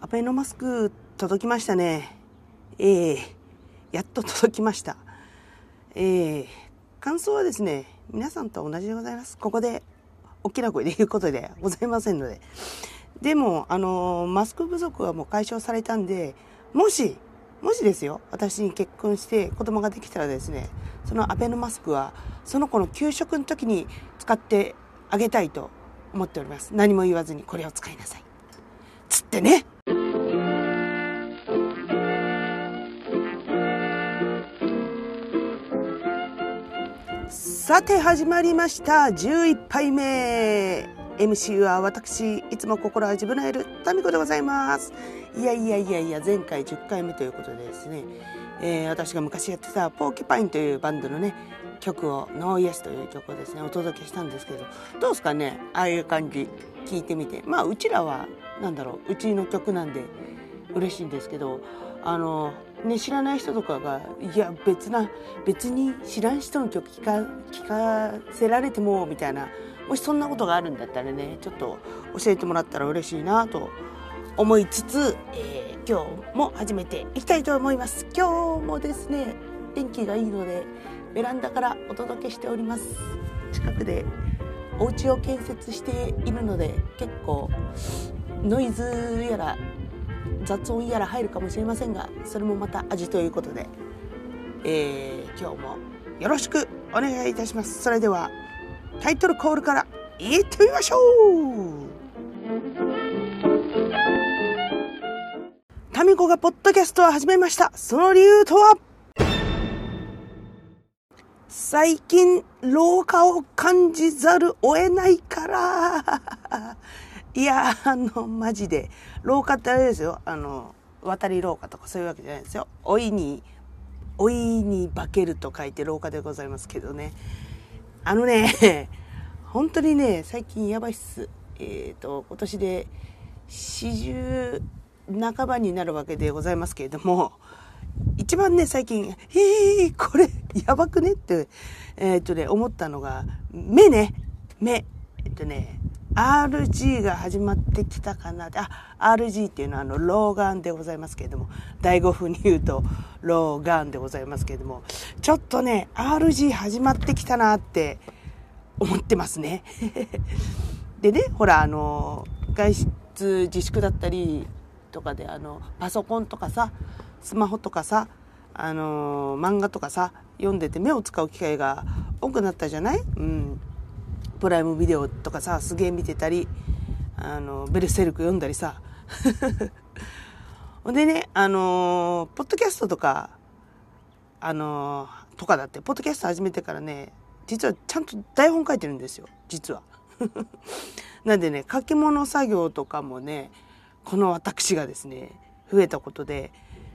アベノマスク届きましたね。やっと届きました。感想はですね、皆さんと同じでございます。ここで大きな声で言うことではございませんので。でも、マスク不足はもう解消されたんで、もしですよ、私に結婚して子供ができたらですね、そのアベノマスクはその子の給食の時に使ってあげたいと思っております。何も言わずにこれを使いなさいつってね。さて始まりました11杯目。 MC は私、いつも心は自分のエルタミコでございます。いや前回10回目ということでですね、私が昔やってたポーキュパインというバンドのね曲を、ノーイエスという曲をですねお届けしたんですけど、どうですかね、ああいう感じ聞いてみて。まあうちらはうちの曲なんで嬉しいんですけど、知らない人とかが、いや別に知らん人の曲聞かせられてもみたいな、もしそんなことがあるんだったらね、ちょっと教えてもらったら嬉しいなと思いつつ、今日も始めていきたいと思います。今日もですね、天気がいいのでベランダからお届けしております。近くでお家を建設しているので、結構ノイズやら雑音やら入るかもしれませんが、それもまた味ということで、今日もよろしくお願いいたします。それではタイトルコールからいってみましょう。タミコがポッドキャストを始めました。その理由とは、最近老化を感じざるを得ないからいやマジで老化ってあれですよ、渡り老化とかそういうわけじゃないですよ。老いに化けると書いて老化でございますけどね。本当にね、最近やばいっす。今年で40半ばになるわけでございますけれども、一番ね最近これやばくねって思ったのが目。RG が始まってきたかな。RG っていうのは老眼でございますけれども、第5風に言うと老眼でございますけれども、ちょっとね RG 始まってきたなって思ってますねでね、ほら外出自粛だったりとかでパソコンとかさ、スマホとかさ、漫画とかさ読んでて目を使う機会が多くなったじゃない。プライムビデオとかさすげえ見てたり、ベルセルク読んだりさでね、ポッドキャストとかとかだって、ポッドキャスト始めてからね、実はちゃんと台本書いてるんですよ、実はなんでね、書き物作業とかもね、この私がですね増えたことで、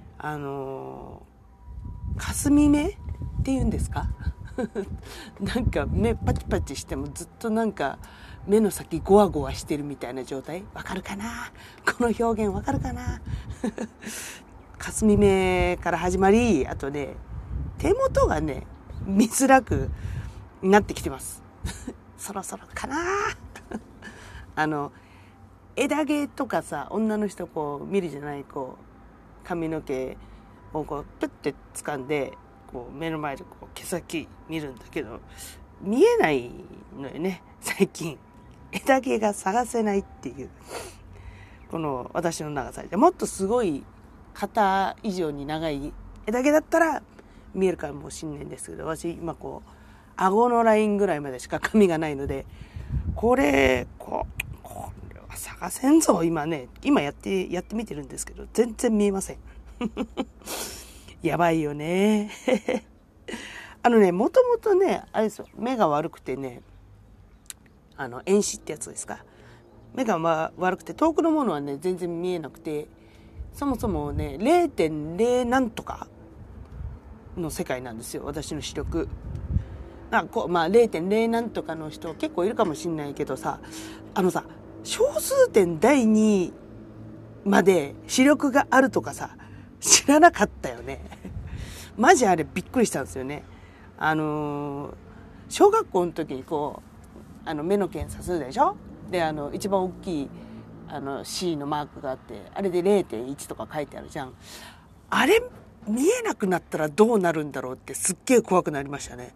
霞目っていうんですかなんか目パチパチしてもずっとなんか目の先ゴワゴワしてるみたいな状態、わかるかな、この表現わかるかな霞目から始まり、あとね手元がね見づらくなってきてますそろそろかな枝毛とかさ、女の人こう見るじゃない、こう髪の毛をこうプッて掴んでこう目の前でこう毛先見るんだけど、見えないのよね最近。枝毛が探せないっていう、この私の長さで、もっとすごい肩以上に長い枝毛だったら見えるかもしれないんですけど、私今こう顎のラインぐらいまでしか髪がないので、これは探せんぞ。今やってみてるんですけど全然見えませんやばいよねもともとねあれですよ、目が悪くてね、遠視ってやつですか。目が悪くて遠くのものはね全然見えなくて、そもそもね 0.0 なんとかの世界なんですよ、私の視力。0.0 なんとかの人結構いるかもしんないけどさ、小数点第2まで視力があるとかさ知らなかったよねマジあれびっくりしたんですよね。小学校の時にこう目の検査するでしょ。で一番大きい C のマークがあって、あれで 0.1 とか書いてあるじゃん。あれ見えなくなったらどうなるんだろうってすっげえ怖くなりましたね。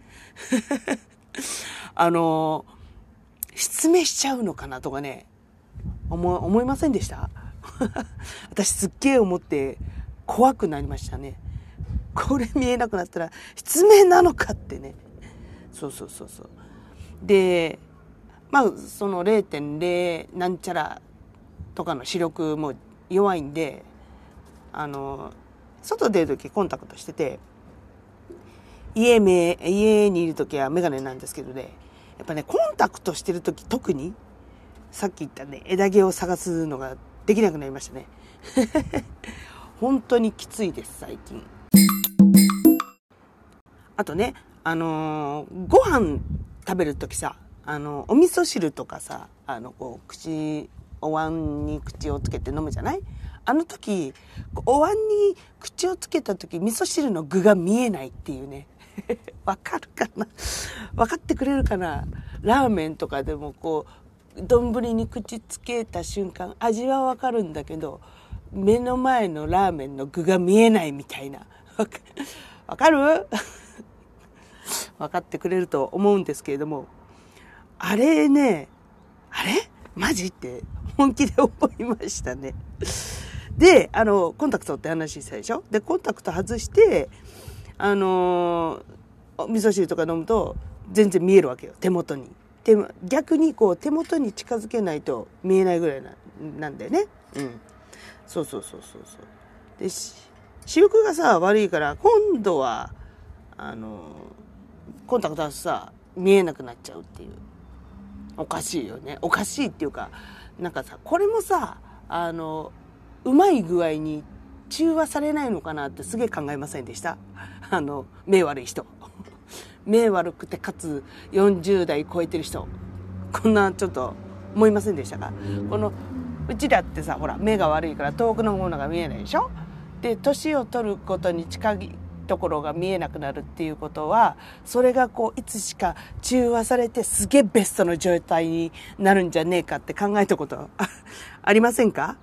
失明しちゃうのかなとかね、思いませんでした？私すっげえ思って怖くなりましたね。これ見えなくなったら失明なのかってね。そう。で、まあその 0.0 なんちゃらとかの視力も弱いんで、外出るときコンタクトしてて、家にいるときはメガネなんですけどね、やっぱね、コンタクトしてるとき特に、さっき言ったね、枝毛を探すのができなくなりましたね。本当にきついです、最近。あとね、ご飯食べるときさ、お味噌汁とかさ、お椀に口をつけて飲むじゃない？あの時、お椀に口をつけた時、味噌汁の具が見えないっていうね。わかるかな？わかってくれるかな？ラーメンとかでも丼に口つけた瞬間、味はわかるんだけど、目の前のラーメンの具が見えないみたいな。わかる？わかってくれると思うんですけれども、あれね、マジって本気で思いましたね。で、コンタクトって話したでしょ？で、コンタクト外して、味噌汁とか飲むと全然見えるわけよ、手元に。逆に手元に近づけないと見えないぐらいなんだよね。うん。そう。で、視力がさ、悪いから、今度は、コンタクトはさ、見えなくなっちゃうっていう。おかしいよね。おかしいっていうか、なんかさ、これもさ、うまい具合に中和されないのかなってすげえ考えませんでした？目悪い人。目悪くてかつ40代超えてる人。こんなちょっと思いませんでしたか？うちだってさ、ほら、目が悪いから遠くのものが見えないでしょ？で、年を取ることに近いところが見えなくなるっていうことは、それがいつしか中和されてすげえベストの状態になるんじゃねえかって考えたことありませんか？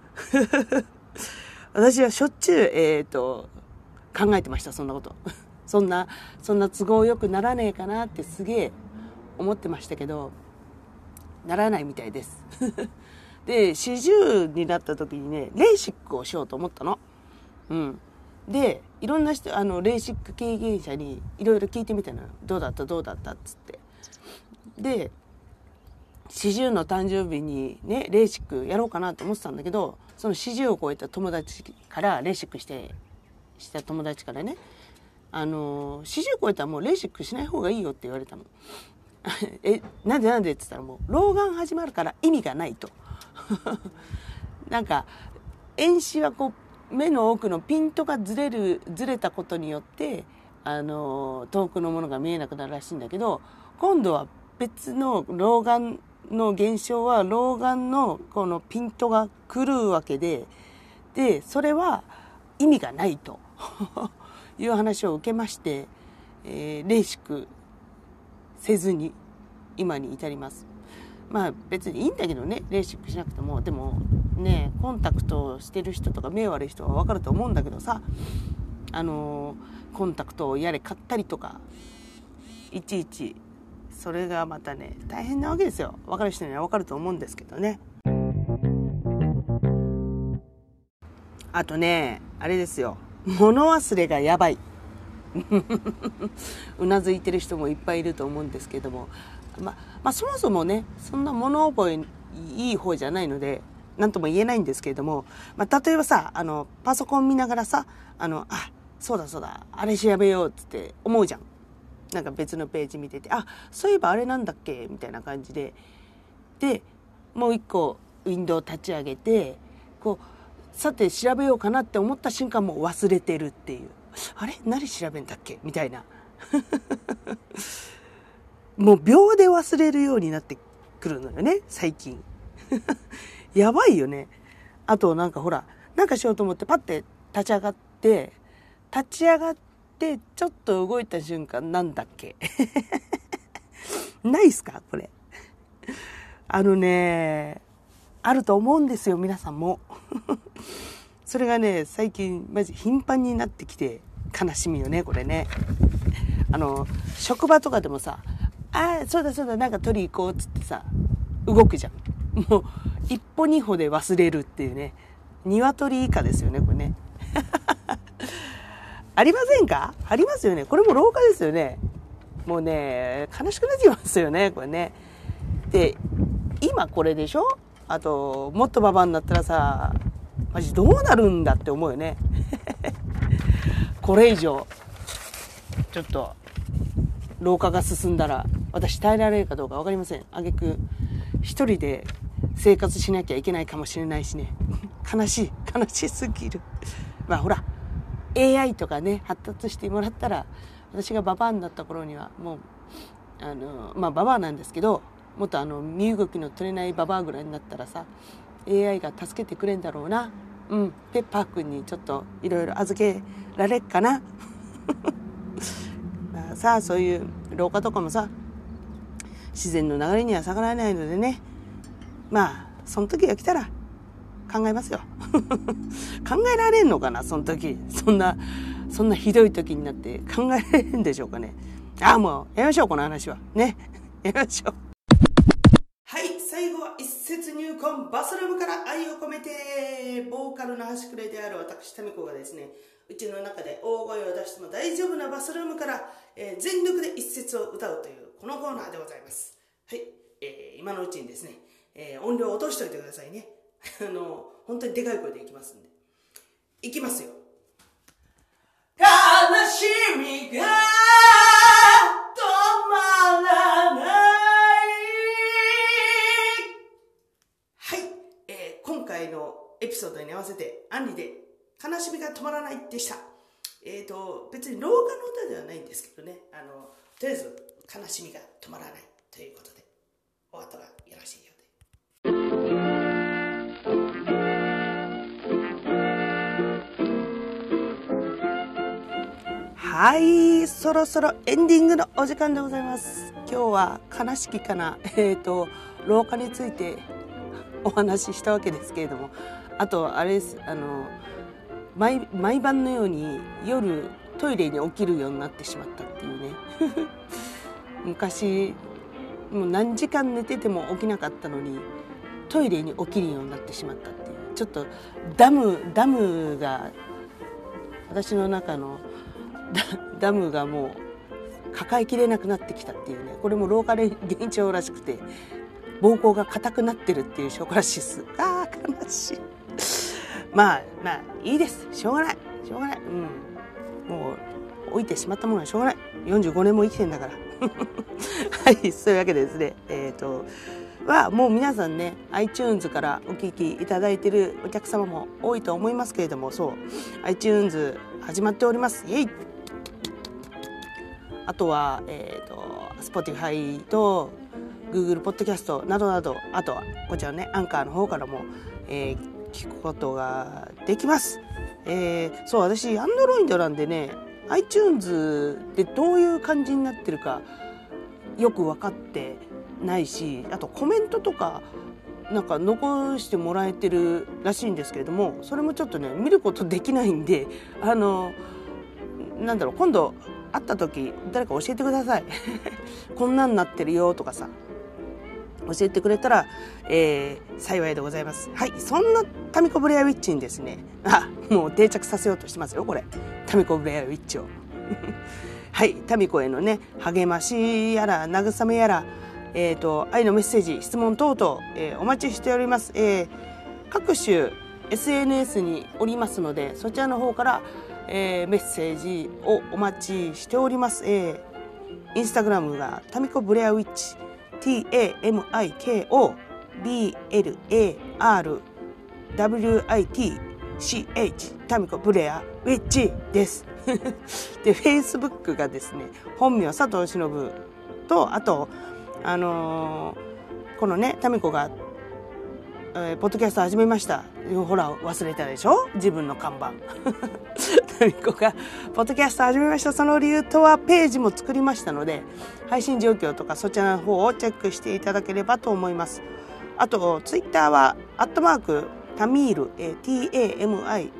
私はしょっちゅう、考えてました、そんなこと。そんな都合よくならねえかなってすげえ思ってましたけど、ならないみたいです。で、40になった時にね、レーシックをしようと思ったの。うん。で、いろんな人、レーシック経験者にいろいろ聞いてみたのよ。どうだったっつって。で、40の誕生日にね、レーシックやろうかなと思ってたんだけど、その40を超えた友達から、レーシックした友達からね、40超えたらもうレーシックしない方がいいよって言われたの。なんでって言ったら、もう老眼始まるから意味がないと。なんか遠視は目の奥のピントがずれたことによって遠くのものが見えなくなるらしいんだけど、今度は別の老眼の現象は老眼のこのピントが狂うわけで、それは意味がないという話を受けまして、レーシックせずに今に至ります。まあ別にいいんだけどね、レーシックしなくても。でもね、コンタクトしてる人とか目悪い人は分かると思うんだけどさ、コンタクトをやれ買ったりとか、いちいちそれがまたね大変なわけですよ。分かる人には分かると思うんですけどね。あとね、あれですよ、物忘れがやばい。うなずいてる人もいっぱいいると思うんですけども、まあそもそもね、そんな物覚えいい方じゃないので何とも言えないんですけれども、例えばさ、パソコン見ながらさ、そうだあれ調べようっつって思うじゃん。なんか別のページ見てて、そういえばあれなんだっけみたいな感じで、もう一個ウィンドウ立ち上げて、さて調べようかなって思った瞬間もう忘れてるっていう、あれ何調べんだっけみたいな。もう秒で忘れるようになってくるのよね、最近。やばいよね。あとなんかほら、なんかしようと思ってパッて立ち上がってちょっと動いた瞬間なんだっけ。ないっすかこれ。 あると思うんですよ、皆さんも。それがね、最近マジ頻繁になってきて悲しみよね、これね。職場とかでもさ、そうだなんか取り行こうっつってさ、動くじゃん。もう一歩二歩で忘れるっていうね、鶏以下ですよね、これね。ありませんか？ありますよね。これも老化ですよね。もうね、悲しくなってきますよね、これね。で、今これでしょ？あと、もっとババアになったらさ、マジどうなるんだって思うよね。これ以上、ちょっと、老化が進んだら、私耐えられるかどうかわかりません。挙句、一人で生活しなきゃいけないかもしれないしね。悲しすぎる。まあほら、AI とかね、発達してもらったら、私がババアになった頃には、もう、ババアなんですけど、もっと身動きの取れないババアぐらいになったらさ、AI が助けてくれんだろうな。ペッパーくんにちょっといろいろ預けられっかな。まあさ、そういう老化とかもさ、自然の流れには逆らえないのでね、まあその時が来たら考えますよ。考えられんのかな、その時。そんなひどい時になって考えられるんでしょうかね。もうやめましょう、この話はね。やめましょう。はい、最後は一節入魂バスルームから愛を込めて、ボーカルの端くれである私タミコがですね、うちの中で大声を出しても大丈夫なバスルームから、全力で一節を歌うというこのコーナーでございます。はい、今のうちにですね、音量を落としておいてくださいね。本当にでかい声でいきますんで。いきますよ。悲しみが止まらない。はい、今回のエピソードに合わせてアンリで悲しみが止まらないでした。別に老化の歌ではないんですけどね、とりあえず悲しみが止まらないということで、お後がよろしいようで。はい、そろそろエンディングのお時間でございます。今日は悲しきかな、老化についてお話ししたわけですけれども、あとあれです、毎晩のように夜トイレに起きるようになってしまったっていうね。昔もう何時間寝てても起きなかったのにトイレに起きるようになってしまったっていう、ちょっとダムが、私の中のダムがもう抱えきれなくなってきたっていうね、これも老化の現象らしくて、膀胱が硬くなってるっていう証拠らしいです。悲しい。まあいいです、しょうがない、もう老いてしまったものはしょうがない。45年も生きてんだからはい、そういうわけでですね、もう皆さんね iTunes からお聞きいただいているお客様も多いと思いますけれども、そう iTunes 始まっております。イエイ。あとはSpotify と Google ポッドキャストなどなど、あとはこちらねアンカーの方からも、聞くことができます。そう、私 Android なんでね iTunes でどういう感じになってるかよく分かってないし、あとコメントとかなんか残してもらえてるらしいんですけれども、それもちょっとね見ることできないんで、今度会った時誰か教えてください。こんなんなってるよとかさ教えてくれたら、幸いでございます。はい、そんなタミコブレアウィッチにですね、もう定着させようとしてますよ、これタミコブレアウィッチを。はい、タミコへのね励ましやら慰めやら、愛のメッセージ質問等々、お待ちしております。各種 SNS におりますので、そちらの方から、メッセージをお待ちしております。インスタグラムがタミコブレアウィッチ、TAMIKO BLARWITCH タミコブレアウィッチです。で、Facebook がですね、本名佐藤忍と、あとこのねタミコが、ポッドキャスト始めました。ほら忘れたでしょ、自分の看板。タミコがポッドキャスト始めました。その理由とはページも作りましたので、配信状況とかそちらの方をチェックしていただければと思います。 あとツイッターはタミール、TAMI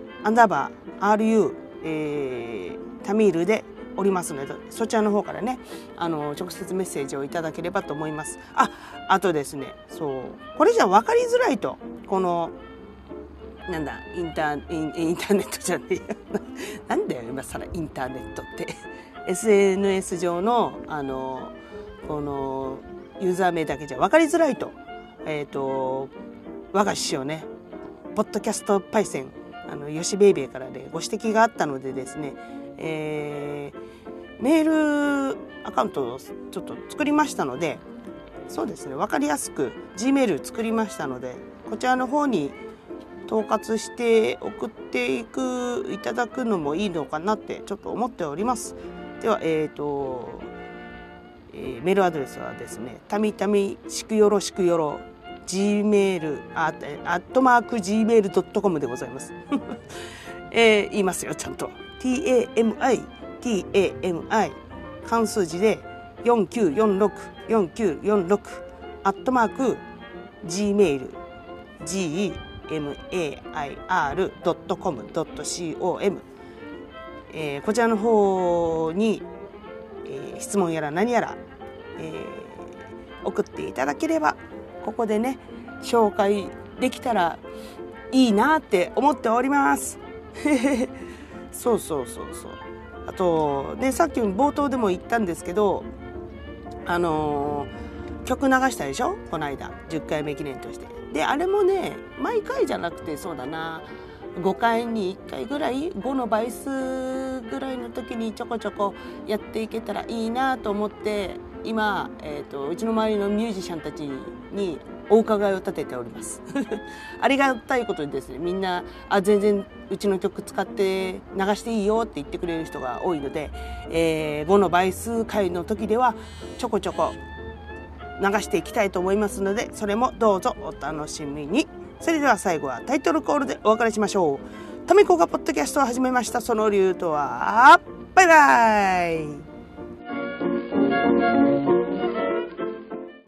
_RU、タミールでおりますので、そちらの方からね直接メッセージをいただければと思います。あとですね、そうこれじゃ分かりづらいと、このなんだインターネットじゃねえやなんだよ今更インターネットってSNS 上のこのユーザー名だけじゃ分かりづらいと、我が師匠ねポッドキャストパイセンヨシベイベーからでご指摘があったのでですね、メールアカウントをちょっと作りましたので、そうですね分かりやすく Gmail 作りましたので、こちらの方に統括して送っていただくのもいいのかなってちょっと思っております。ではメールアドレスはですね、たみたみしくよろしくよろ gmail@gmail.com でございます言いますよちゃんと TAMI 漢数字で4946@gmail.com.com、こちらの方に、質問やら何やら、送っていただければここでね紹介できたらいいなって思っておりますそう。あとね、さっき冒頭でも言ったんですけど曲流したでしょ、この間10回目記念として。であれもね毎回じゃなくて、そうだな5回に1回ぐらい5の倍数ぐらいの時にちょこちょこやっていけたらいいなと思って今、うちの周りのミュージシャンたちにお伺いを立てておりますありがたいことにですね、みんな全然うちの曲使って流していいよって言ってくれる人が多いので、5の倍数回の時ではちょこちょこ流していきたいと思いますので、それもどうぞお楽しみに。それでは最後はタイトルコールでお別れしましょう。タミコがポッドキャストを始めました。その理由とはバイバイ。